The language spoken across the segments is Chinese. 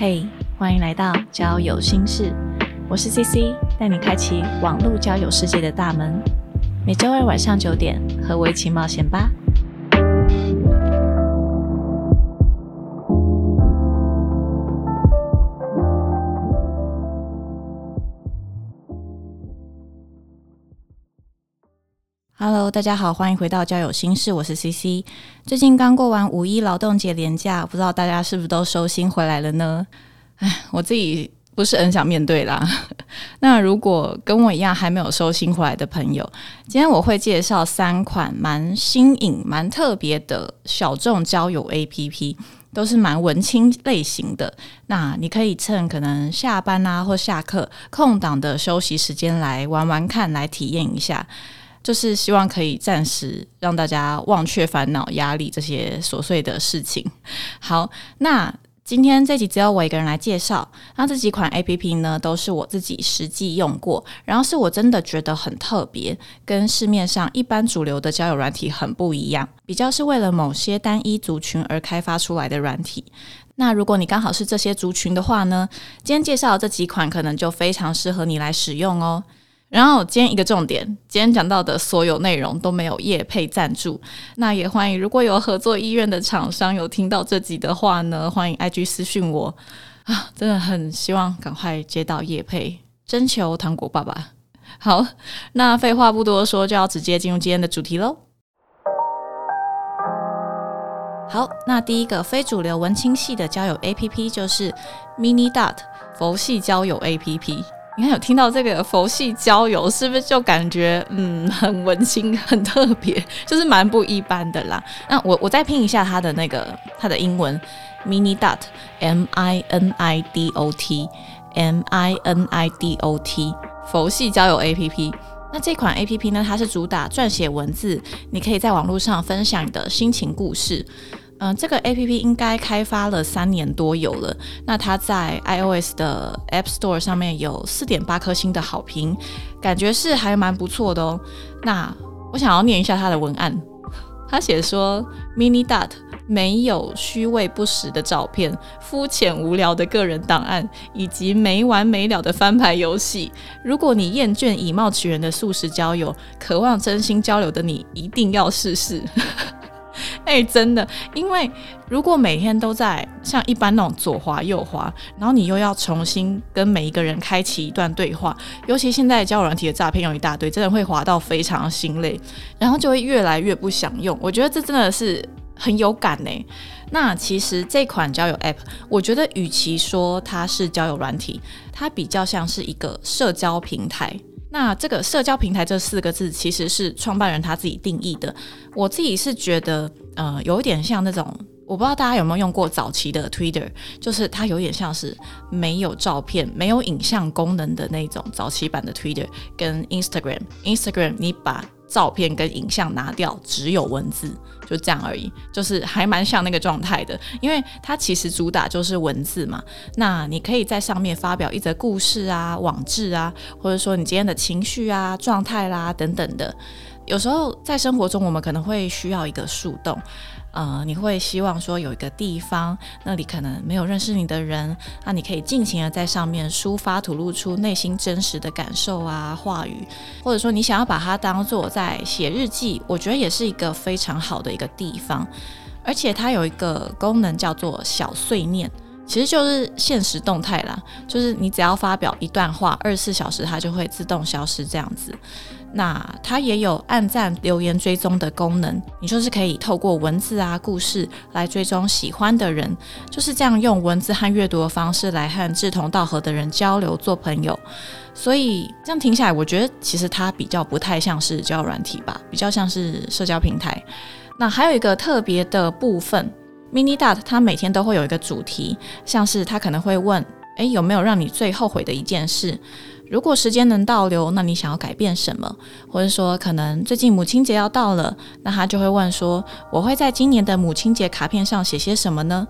嘿，欢迎来到交友心事，我是 CC， 带你开启网络交友世界的大门。每周二晚上9点，和我一起冒险吧。Hello， 大家好，欢迎回到交友心事，我是 CC。最近刚过完5·1劳动节连假，不知道大家是不是都收心回来了呢？我自己不是很想面对啦。那如果跟我一样还没有收心回来的朋友，今天我会介绍3款蛮新颖、蛮特别的小众交友 APP， 都是蛮文青类型的。那你可以趁可能下班啊或下课空档的休息时间来玩玩看，来体验一下。就是希望可以暂时让大家忘却烦恼、压力这些琐碎的事情。好，那今天这集只有我一个人来介绍。那这几款 APP 呢，都是我自己实际用过，然后是我真的觉得很特别，跟市面上一般主流的交友软体很不一样，比较是为了某些单一族群而开发出来的软体。那如果你刚好是这些族群的话呢，今天介绍的这几款可能就非常适合你来使用哦。然后今天一个重点，今天讲到的所有内容都没有业配赞助，那也欢迎如果有合作意愿的厂商有听到这集的话呢，欢迎 IG 私讯我啊，真的很希望赶快接到业配，征求糖果爸爸。好，那废话不多说，就要直接进入今天的主题咯。好，那第一个非主流文青系的交友 APP 就是 Mini-Dot 佛系交友 APP。你看有听到这个佛系交友，是不是就感觉很文青、很特别，就是蛮不一般的啦。那我再拼一下它的英文 Mini-Dot MINIDOT 佛系交友 APP。那这款 APP 呢，它是主打撰写文字，你可以在网络上分享你的心情故事。这个 APP 应该开发了3年多有了，那它在 iOS 的 App Store 上面有 4.8 颗星的好评，感觉是还蛮不错的哦。那我想要念一下它的文案，他写说 Mini-Dot 没有虚伪不实的照片、肤浅无聊的个人档案以及没完没了的翻牌游戏。如果你厌倦以貌取人的速食交友，渴望真心交流的你一定要试试。真的，因为如果每天都在像一般那种左滑右滑，然后你又要重新跟每一个人开启一段对话，尤其现在交友软体的诈骗有一大堆，真的会滑到非常心累，然后就会越来越不想用。我觉得这真的是很有感耶。那其实这款交友 App 我觉得与其说它是交友软体，它比较像是一个社交平台。那这个社交平台这4个字其实是创办人他自己定义的，我自己是觉得有一点像那种，我不知道大家有没有用过早期的 Twitter， 就是它有点像是没有照片没有影像功能的那种早期版的 Twitter， 跟 Instagram 你把照片跟影像拿掉，只有文字，就这样而已，就是还蛮像那个状态的。因为它其实主打就是文字嘛，那你可以在上面发表一则故事啊、网志啊，或者说你今天的情绪啊、状态啦等等的。有时候在生活中我们可能会需要一个树洞，你会希望说有一个地方，那里可能没有认识你的人，那你可以尽情的在上面抒发吐露出内心真实的感受啊、话语，或者说你想要把它当作在写日记，我觉得也是一个非常好的一个地方。而且它有一个功能叫做小碎念，其实就是限时动态啦，就是你只要发表一段话，24小时它就会自动消失这样子。那它也有按赞留言追踪的功能，你就是可以透过文字啊、故事来追踪喜欢的人，就是这样用文字和阅读的方式来和志同道合的人交流做朋友。所以这样听下来，我觉得其实它比较不太像是交友软体吧，比较像是社交平台。那还有一个特别的部分， Mini-Dot 它每天都会有一个主题，像是它可能会问有没有让你最后悔的一件事，如果时间能倒流，那你想要改变什么？或者说可能最近母亲节要到了，那他就会问说，我会在今年的母亲节卡片上写些什么呢？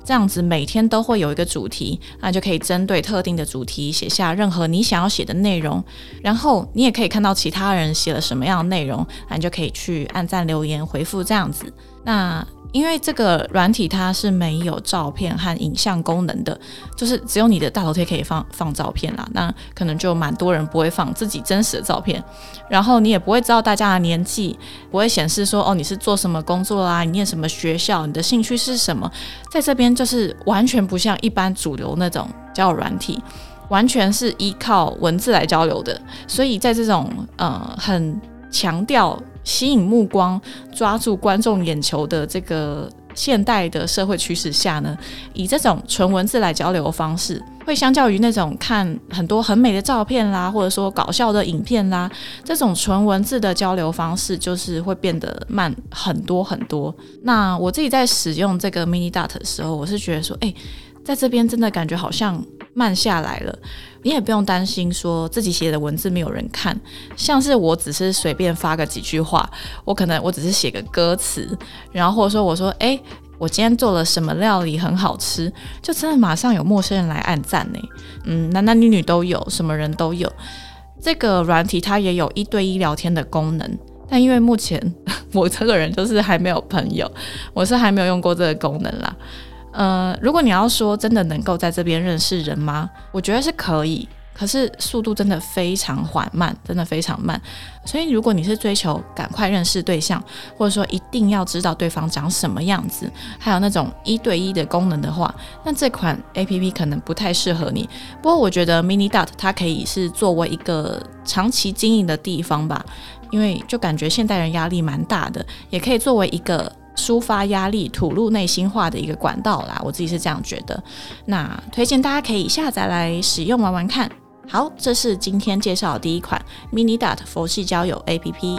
这样子每天都会有一个主题，那就可以针对特定的主题写下任何你想要写的内容，然后你也可以看到其他人写了什么样的内容，那你就可以去按赞留言回复这样子。那因为这个软体它是没有照片和影像功能的，就是只有你的大头贴可以放照片啦，那可能就蛮多人不会放自己真实的照片，然后你也不会知道大家的年纪，不会显示说你是做什么工作啦，你念什么学校，你的兴趣是什么，在这边就是完全不像一般主流那种交友软体，完全是依靠文字来交流的，所以在这种很强调吸引目光、抓住观众眼球的这个现代的社会趋势下呢，以这种纯文字来交流的方式，会相较于那种看很多很美的照片啦，或者说搞笑的影片啦，这种纯文字的交流方式就是会变得慢很多很多。那我自己在使用这个 Mini Dot 的时候，我是觉得说，在这边真的感觉好像慢下来了，你也不用担心说自己写的文字没有人看，像是我只是随便发个几句话，我只是写个歌词，然后或者说我说我今天做了什么料理很好吃，就真的马上有陌生人来按赞呢。男男女女都有，什么人都有。这个软体它也有1对1聊天的功能，但因为目前我这个人就是还没有朋友，我是还没有用过这个功能啦。如果你要说真的能够在这边认识人吗？我觉得是可以，可是速度真的非常缓慢，真的非常慢。所以如果你是追求赶快认识对象，或者说一定要知道对方长什么样子，还有那种1对1的功能的话，那这款 APP 可能不太适合你。不过我觉得 Mini Dot 它可以是作为一个长期经营的地方吧，因为就感觉现代人压力蛮大的，也可以作为一个抒发压力、吐露内心话的一个管道啦，我自己是这样觉得。那推荐大家可以下载来使用玩玩看。好，这是今天介绍的第一款 Mini Dot 佛系交友 APP。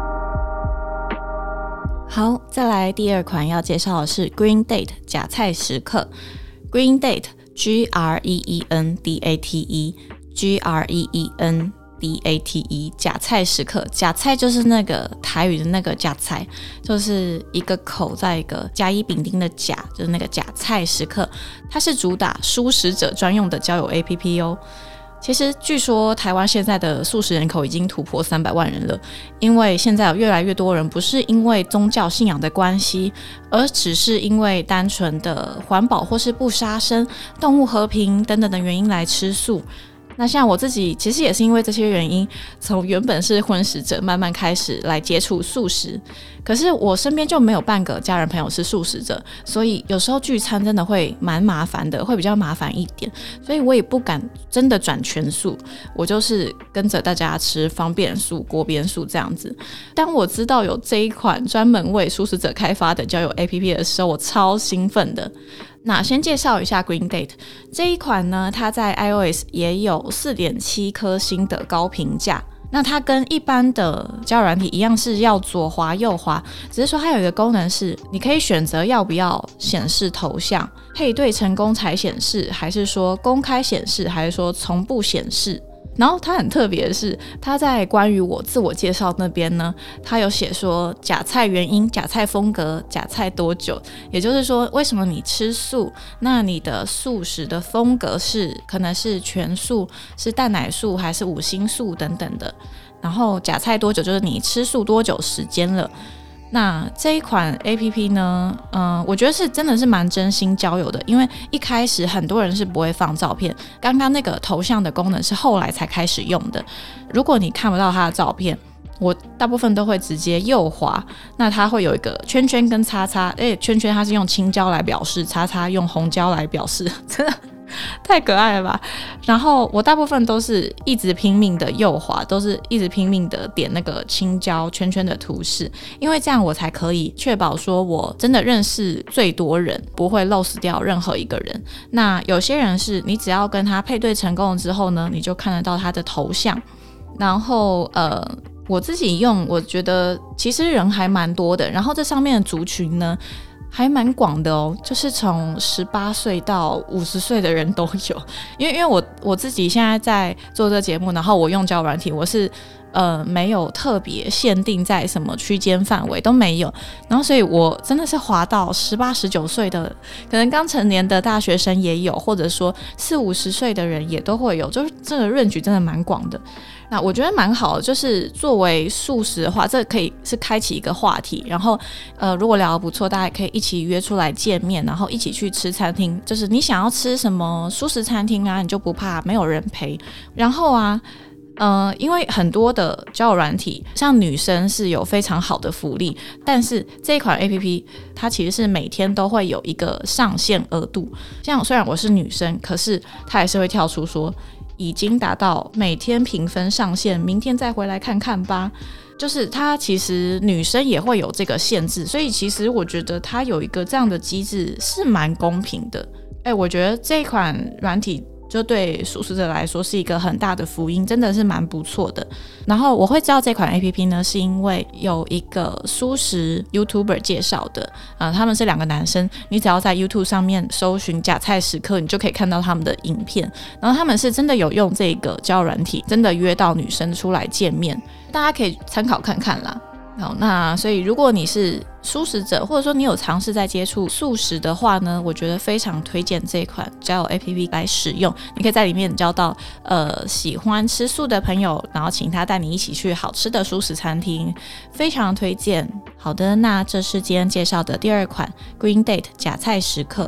好，再来第二款要介绍的是 Green Date 假菜时刻。Green Date GREENDATE GREENDATE 假菜时刻，假菜就是那个台语的那个假菜，就是一个口在一个甲乙丙丁的甲，就是那个假菜时刻。它是主打素食者专用的交友 APP 哦。其实据说台湾现在的素食人口已经突破300万人了，因为现在有越来越多人不是因为宗教信仰的关系，而只是因为单纯的环保或是不杀生、动物和平等等的原因来吃素。那像我自己其实也是因为这些原因，从原本是荤食者慢慢开始来接触素食，可是我身边就没有半个家人朋友是素食者，所以有时候聚餐真的会蛮麻烦的，会比较麻烦一点，所以我也不敢真的转全素，我就是跟着大家吃方便素、锅边素这样子。当我知道有这一款专门为素食者开发的交友 APP 的时候，我超兴奋的。那先介绍一下 Green Date 这一款呢，它在 iOS 也有 4.7 颗星的高评价。那它跟一般的交友软体一样是要左滑右滑，只是说它有一个功能是你可以选择要不要显示头像，配对成功才显示，还是说公开显示，还是说从不显示。然后它很特别的是，它在关于我自我介绍那边呢，它有写说假菜原因、假菜风格、假菜多久，也就是说为什么你吃素，那你的素食的风格是可能是全素、是蛋奶素还是5星素等等的。然后假菜多久就是你吃素多久时间了。那这一款 APP 呢，我觉得是真的是蛮真心交友的，因为一开始很多人是不会放照片，刚刚那个头像的功能是后来才开始用的。如果你看不到他的照片，我大部分都会直接右滑，那它会有一个圈圈跟叉叉，圈圈它是用青椒来表示，叉叉用红椒来表示，真的太可爱了吧。然后我大部分都是一直拼命的右滑，都是一直拼命的点那个青椒圈圈的图示，因为这样我才可以确保说我真的认识最多人，不会漏掉任何一个人。那有些人是你只要跟他配对成功了之后呢，你就看得到他的头像。然后我自己用，我觉得其实人还蛮多的，然后这上面的族群呢还蛮广的哦，就是从18岁到50岁的人都有。因为我自己现在在做这个节目，然后我用交友软体，我是没有特别限定在什么区间范围都没有，然后所以我真的是滑到18、19岁的，可能刚成年的大学生也有，或者说40、50岁的人也都会有，就是这个range真的蛮广的。那我觉得蛮好的，就是作为素食的话，这可以是开启一个话题，然后如果聊得不错，大家也可以一起约出来见面，然后一起去吃餐厅，就是你想要吃什么素食餐厅啊，你就不怕没有人陪。然后啊因为很多的交友软体像女生是有非常好的福利，但是这一款 APP 它其实是每天都会有一个上限额度，像虽然我是女生，可是它还是会跳出说已经达到每天评分上限，明天再回来看看吧。就是它其实女生也会有这个限制，所以其实我觉得它有一个这样的机制是蛮公平的。我觉得这一款软体就对素食者来说是一个很大的福音，真的是蛮不错的。然后我会知道这款 APP 呢，是因为有一个素食 YouTuber 介绍的，他们是2个男生，你只要在 YouTube 上面搜寻假菜时刻，你就可以看到他们的影片。然后他们是真的有用这个交友软体，真的约到女生出来见面，大家可以参考看看啦。好，那所以如果你是素食者，或者说你有尝试在接触素食的话呢，我觉得非常推荐这一款交友 APP 来使用。你可以在里面交到喜欢吃素的朋友，然后请他带你一起去好吃的素食餐厅，非常推荐。好的，那这是今天介绍的第2款 Green Date 假菜时刻。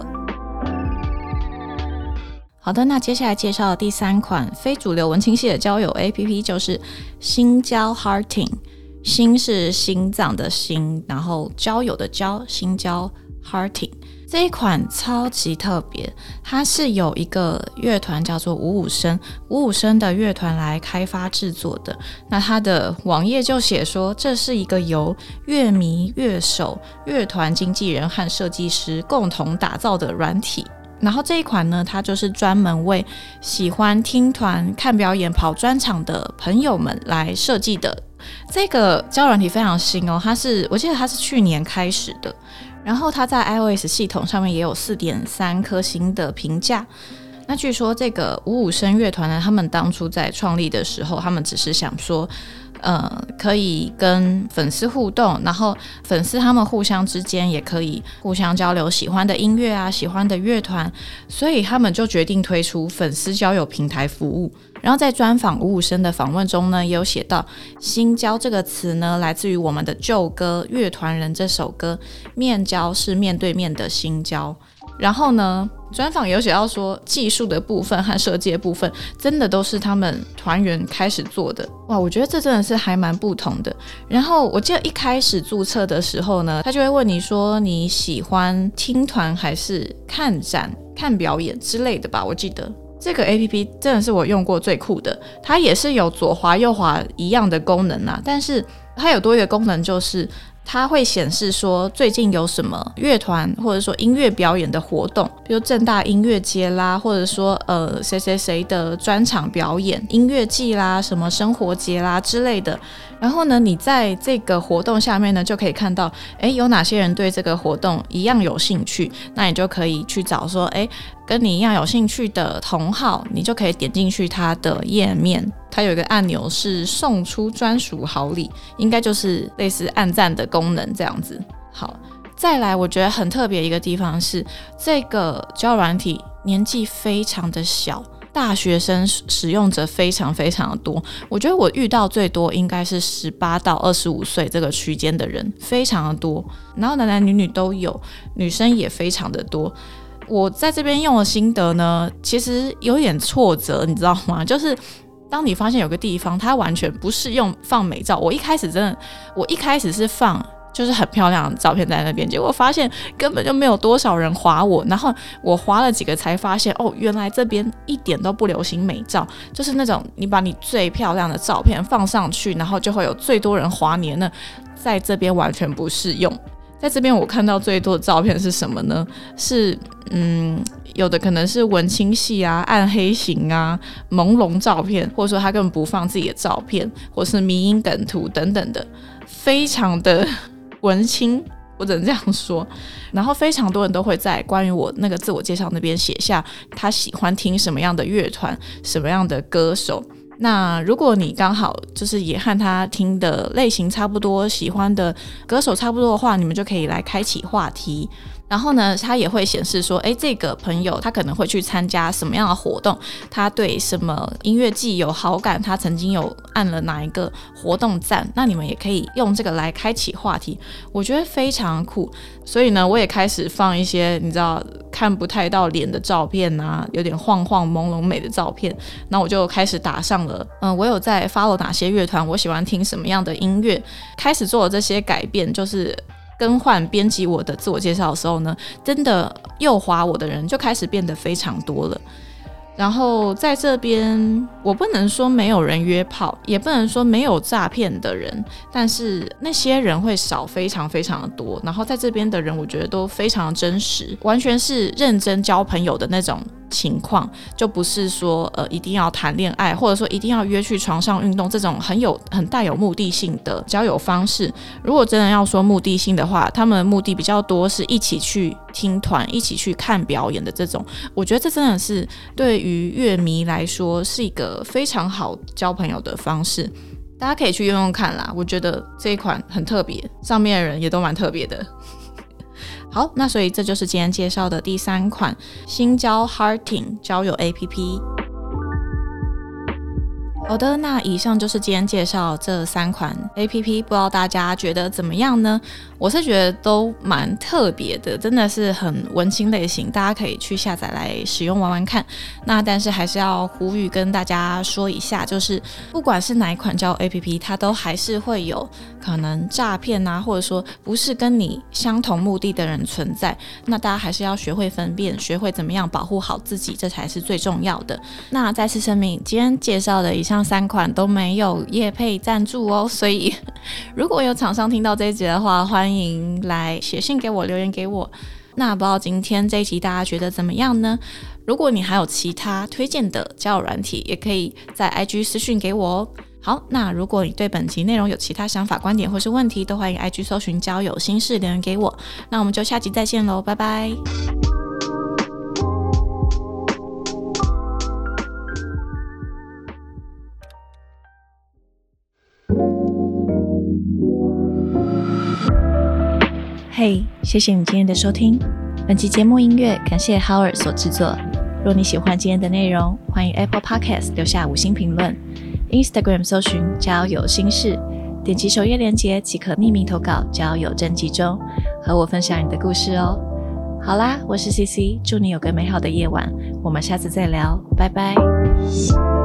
好的，那接下来介绍的第3款非主流文青系的交友 APP 就是心交 Hearting。心是心脏的心，然后交友的交，心交 Hearting。 这一款超级特别，它是有一个乐团叫做55声55声的乐团来开发制作的。那它的网页就写说，这是一个由乐迷、乐手、乐团经纪人和设计师共同打造的软体。然后这一款呢，它就是专门为喜欢听团、看表演、跑专场的朋友们来设计的。这个交友软体非常新哦，我记得它是去年开始的，然后它在 iOS 系统上面也有 4.3 颗星的评价。那据说这个55声乐团呢，他们当初在创立的时候，他们只是想说可以跟粉丝互动，然后粉丝他们互相之间也可以互相交流喜欢的音乐啊，喜欢的乐团，所以他们就决定推出粉丝交友平台服务。然后在专访55声的访问中呢，也有写到心交这个词呢，来自于我们的旧歌《乐团人》这首歌，面交是面对面的心交。然后呢，专访有写到说，技术的部分和设计的部分真的都是他们团员开始做的。哇，我觉得这真的是还蛮不同的。然后我记得一开始注册的时候呢，他就会问你说你喜欢听团还是看展、看表演之类的吧，我记得。这个 APP 真的是我用过最酷的，它也是有左滑右滑一样的功能啊，但是它有多一个功能，就是它会显示说最近有什么乐团或者说音乐表演的活动，比如政大音乐节啦，或者说谁谁谁的专场表演、音乐季啦、什么生活节啦之类的。然后呢，你在这个活动下面呢，就可以看到有哪些人对这个活动一样有兴趣，那你就可以去找说跟你一样有兴趣的同好，你就可以点进去它的页面，它有一个按钮是送出专属好礼，应该就是类似按赞的功能这样子。好，再来我觉得很特别一个地方是，这个交友软体年纪非常的小，大学生使用者非常非常的多，我觉得我遇到最多应该是18到25岁这个区间的人，非常的多，然后男男女女都有，女生也非常的多。我在这边用的心得呢，其实有点挫折，你知道吗？就是当你发现有个地方它完全不适用放美照，我一开始是放就是很漂亮的照片在那边，结果发现根本就没有多少人滑我，然后我滑了几个才发现，原来这边一点都不流行美照，就是那种你把你最漂亮的照片放上去，然后就会有最多人滑你，那在这边完全不适用。在这边我看到最多的照片是什么呢？是有的可能是文青系啊、暗黑型啊、朦胧照片，或者说他根本不放自己的照片，或是迷因梗图等等的，非常的文青我只能这样说。然后非常多人都会在关于我那个自我介绍那边写下他喜欢听什么样的乐团，什么样的歌手。那如果你刚好就是也和他听的类型差不多，喜欢的歌手差不多的话，你们就可以来开启话题。然后呢，他也会显示说，这个朋友他可能会去参加什么样的活动，他对什么音乐季有好感，他曾经有按了哪一个活动赞，那你们也可以用这个来开启话题，我觉得非常酷。所以呢，我也开始放一些你知道看不太到脸的照片啊，有点晃晃朦胧美的照片，那我就开始打上了我有在 follow 哪些乐团，我喜欢听什么样的音乐，开始做了这些改变，就是更换编辑我的自我介绍的时候呢，真的右滑我的人就开始变得非常多了。然后在这边我不能说没有人约炮，也不能说没有诈骗的人，但是那些人会少非常非常的多。然后在这边的人我觉得都非常真实，完全是认真交朋友的那种情况，就不是说一定要谈恋爱，或者说一定要约去床上运动这种很带有目的性的交友方式。如果真的要说目的性的话，他们的目的比较多是一起去听团，一起去看表演的这种。我觉得这真的是对于乐迷来说是一个非常好交朋友的方式，大家可以去用用看啦。我觉得这一款很特别，上面的人也都蛮特别的。好，那所以这就是今天介绍的第3款新交 Hearting 交友 APP。好的，那以上就是今天介绍这3款 APP， 不知道大家觉得怎么样呢？我是觉得都蛮特别的，真的是很文青类型，大家可以去下载来使用玩玩看。那但是还是要呼吁跟大家说一下，就是不管是哪一款交友 APP， 它都还是会有可能诈骗啊，或者说不是跟你相同目的的人存在。那大家还是要学会分辨，学会怎么样保护好自己，这才是最重要的。那再次声明，今天介绍的以上3款都没有业配赞助哦，所以如果有厂商听到这一集的话，欢迎来写信给我，留言给我。那不知道今天这一集大家觉得怎么样呢？如果你还有其他推荐的交友软体，也可以在 IG 私讯给我哦。好，那如果你对本集内容有其他想法、观点或是问题，都欢迎 IG 搜寻交友心事留言给我。那我们就下集再见咯，拜拜。嘿，谢谢你今天的收听。本期节目音乐感谢 Howard 所制作。若你喜欢今天的内容，欢迎 Apple Podcast 留下5星评论， Instagram 搜寻交友心事，点击首页连结即可匿名投稿交友征集中，和我分享你的故事哦。好啦，我是 CC， 祝你有个美好的夜晚，我们下次再聊，拜拜。